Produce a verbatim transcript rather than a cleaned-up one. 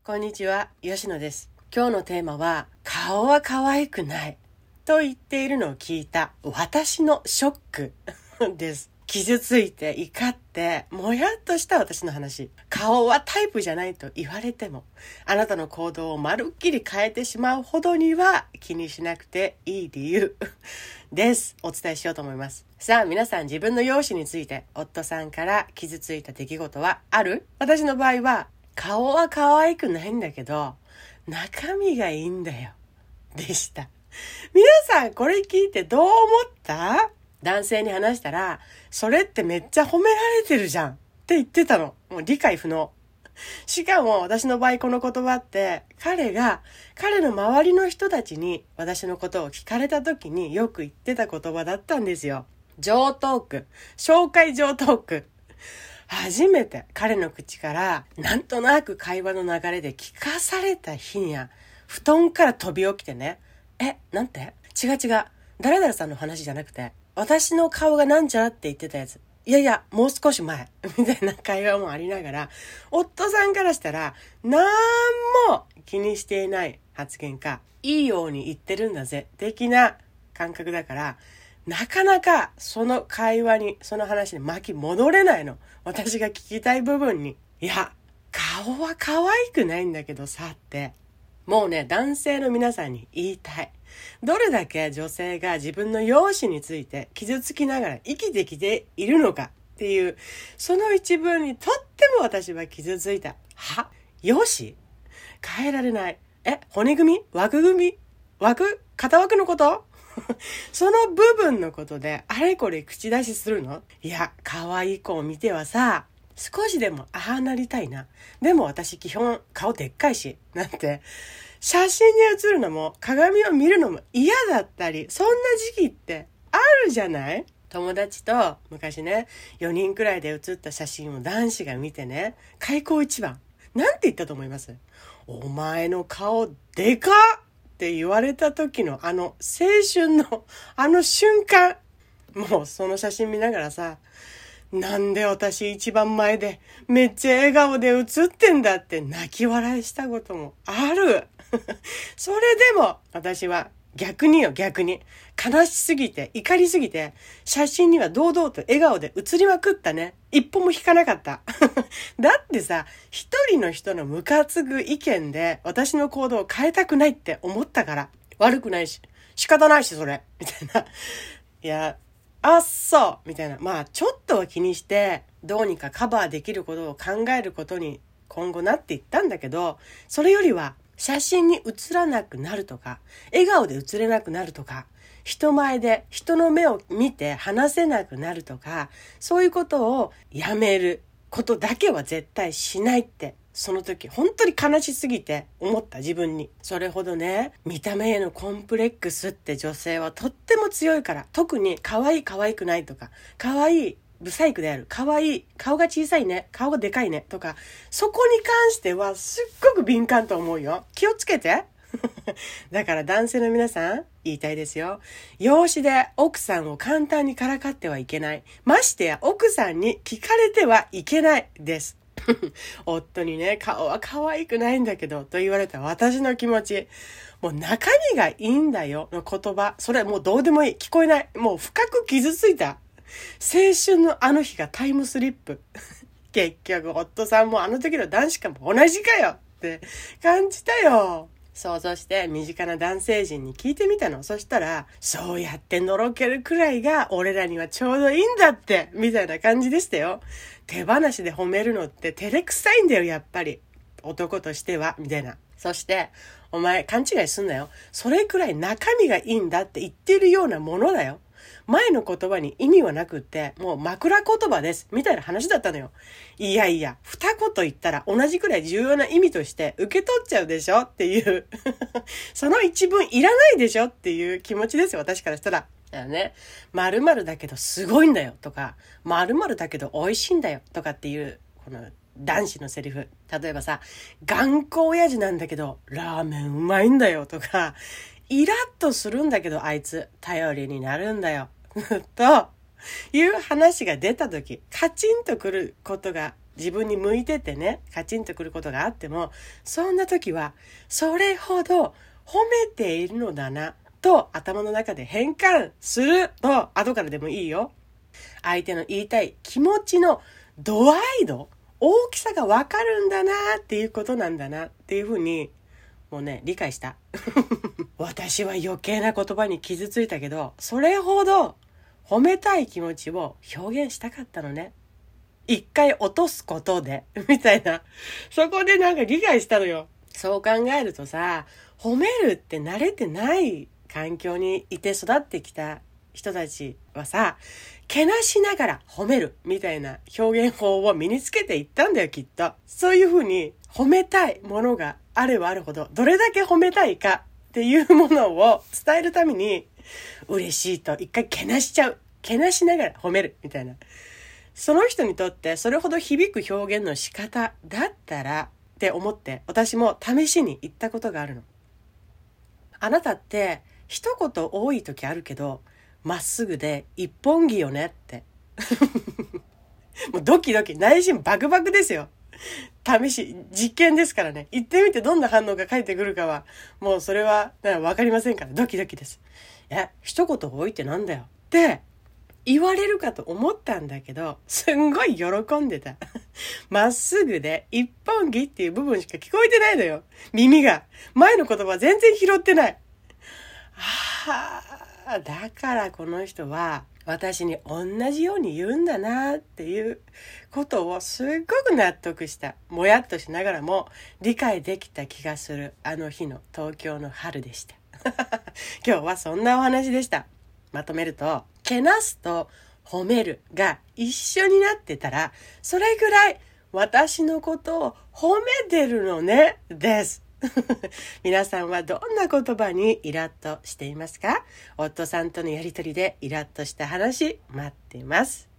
こんにちは、吉野です。今日のテーマは、顔は可愛くないと言っているのを聞いた私のショックです。傷ついて怒ってもやっとした私の話。顔はタイプじゃないと言われても、あなたの行動をまるっきり変えてしまうほどには気にしなくていい理由です。お伝えしようと思います。さあ皆さん、自分の容姿について夫さんから傷ついた出来事はある？私の場合は、顔は可愛くないんだけど中身がいいんだよでした。皆さんこれ聞いてどう思った？男性に話したら、それってめっちゃ褒められてるじゃんって言ってたの。もう理解不能。しかも私の場合この言葉って、彼が彼の周りの人たちに私のことを聞かれた時によく言ってた言葉だったんですよ。上トーク、紹介上トーク。初めて彼の口からなんとなく会話の流れで聞かされた日には、布団から飛び起きてね、え、なんて？違う違う、誰々さんの話じゃなくて、私の顔がなんちゃらって言ってたやつ、いやいやもう少し前みたいな会話もありながら、夫さんからしたらなんも気にしていない発言か、いいように言ってるんだぜ的な感覚だから、なかなかその会話に、その話に巻き戻れないの。私が聞きたい部分に。いや、顔は可愛くないんだけどさって、もうね、男性の皆さんに言いたい。どれだけ女性が自分の容姿について傷つきながら生きてきているのかっていう、その一文にとっても私は傷ついた。は？容姿？変えられない。え、骨組み？枠組み？枠？片枠のこと？その部分のことであれこれ口出しするの？いや、可愛い子を見てはさ、少しでもああなりたいな。でも私基本顔でっかいし、なんて写真に写るのも鏡を見るのも嫌だったり、そんな時期ってあるじゃない？友達と昔ね、よにんくらいで写った写真を男子が見てね、開口一番なんて言ったと思います？お前の顔でかっって言われた時のあの青春のあの瞬間、もうその写真見ながらさ、なんで私一番前でめっちゃ笑顔で写ってんだって泣き笑いしたこともあるそれでも私は逆によ、逆に悲しすぎて怒りすぎて、写真には堂々と笑顔で写りまくったね。一歩も引かなかっただってさ、一人の人のムカつく意見で私の行動を変えたくないって思ったから。悪くないし仕方ないしそれみたいな、いや、あっそうみたいな、まあちょっとは気にしてどうにかカバーできることを考えることに今後なっていったんだけど、それよりは写真に写らなくなるとか、笑顔で写れなくなるとか、人前で人の目を見て話せなくなるとか、そういうことをやめることだけは絶対しないって、その時本当に悲しすぎて思った、自分に。それほどね、見た目へのコンプレックスって女性はとっても強いから、特に可愛い可愛くないとか、可愛いブサイクである、可愛い、顔が小さいね、顔がでかいねとか、そこに関してはすっごく敏感と思うよ。気をつけてだから男性の皆さん、言いたいですよ。容姿で奥さんを簡単にからかってはいけない。ましてや奥さんに聞かれてはいけないです夫にね、顔は可愛くないんだけどと言われた私の気持ち、もう中身がいいんだよの言葉、それもうどうでもいい、聞こえない、もう深く傷ついた。青春のあの日がタイムスリップ結局夫さんもあの時の男子かも同じかよって感じたよ。想像して身近な男性陣に聞いてみたの。そしたら、そうやってのろけるくらいが俺らにはちょうどいいんだってみたいな感じでしたよ。手放しで褒めるのって照れくさいんだよ、やっぱり男としてはみたいな。そしてお前勘違いすんなよ、それくらい中身がいいんだって言ってるようなものだよ。前の言葉に意味はなくって、もう枕言葉ですみたいな話だったのよ。いやいや、二言言ったら同じくらい重要な意味として受け取っちゃうでしょっていうその一文いらないでしょっていう気持ちですよ、私からしたら。だよね、〇〇だけどすごいんだよとか、〇〇だけど美味しいんだよとかっていうこの男子のセリフ。例えばさ、頑固親父なんだけどラーメンうまいんだよとか、イラッとするんだけどあいつ頼りになるんだよという話が出た時、カチンとくることが自分に向いててね、カチンとくることがあっても、そんな時はそれほど褒めているのだなと頭の中で変換すると、後からでもいいよ。相手の言いたい気持ちの度合い度、大きさがわかるんだなっていうことなんだなっていうふうにもうね、理解した。私は余計な言葉に傷ついたけど、それほど褒めたい気持ちを表現したかったのね。一回落とすことで、みたいな。そこでなんか理解したのよ。そう考えるとさ、褒めるって慣れてない環境にいて育ってきた人たちはさ、けなしながら褒めるみたいな表現法を身につけていったんだよ、きっと。そういうふうに褒めたいものがあればあるほど、どれだけ褒めたいかっていうものを伝えるために、嬉しいと一回けなしちゃう。けなしながら褒めるみたいな。その人にとってそれほど響く表現の仕方だったらって思って、私も試しに言ったことがあるの。あなたって一言多い時あるけど、まっすぐで一本気よねって。もうドキドキ、内心バクバクですよ。試し、実験ですからね。言ってみてどんな反応が返ってくるかは、もうそれはわかりませんから、ドキドキです。いや、一言多いってなんだよって言われるかと思ったんだけど、すんごい喜んでた。まっすぐで一本気っていう部分しか聞こえてないのよ。耳が。前の言葉全然拾ってない。ああ、だからこの人は私に同じように言うんだなっていうことをすっごく納得した。もやっとしながらも理解できた気がするあの日の東京の春でした。今日はそんなお話でした。まとめると、けなすと褒めるが一緒になってたら、それぐらい私のことを褒めてるのね、です。皆さんはどんな言葉にイラッとしていますか？夫さんとのやりとりでイラッとした話待っています。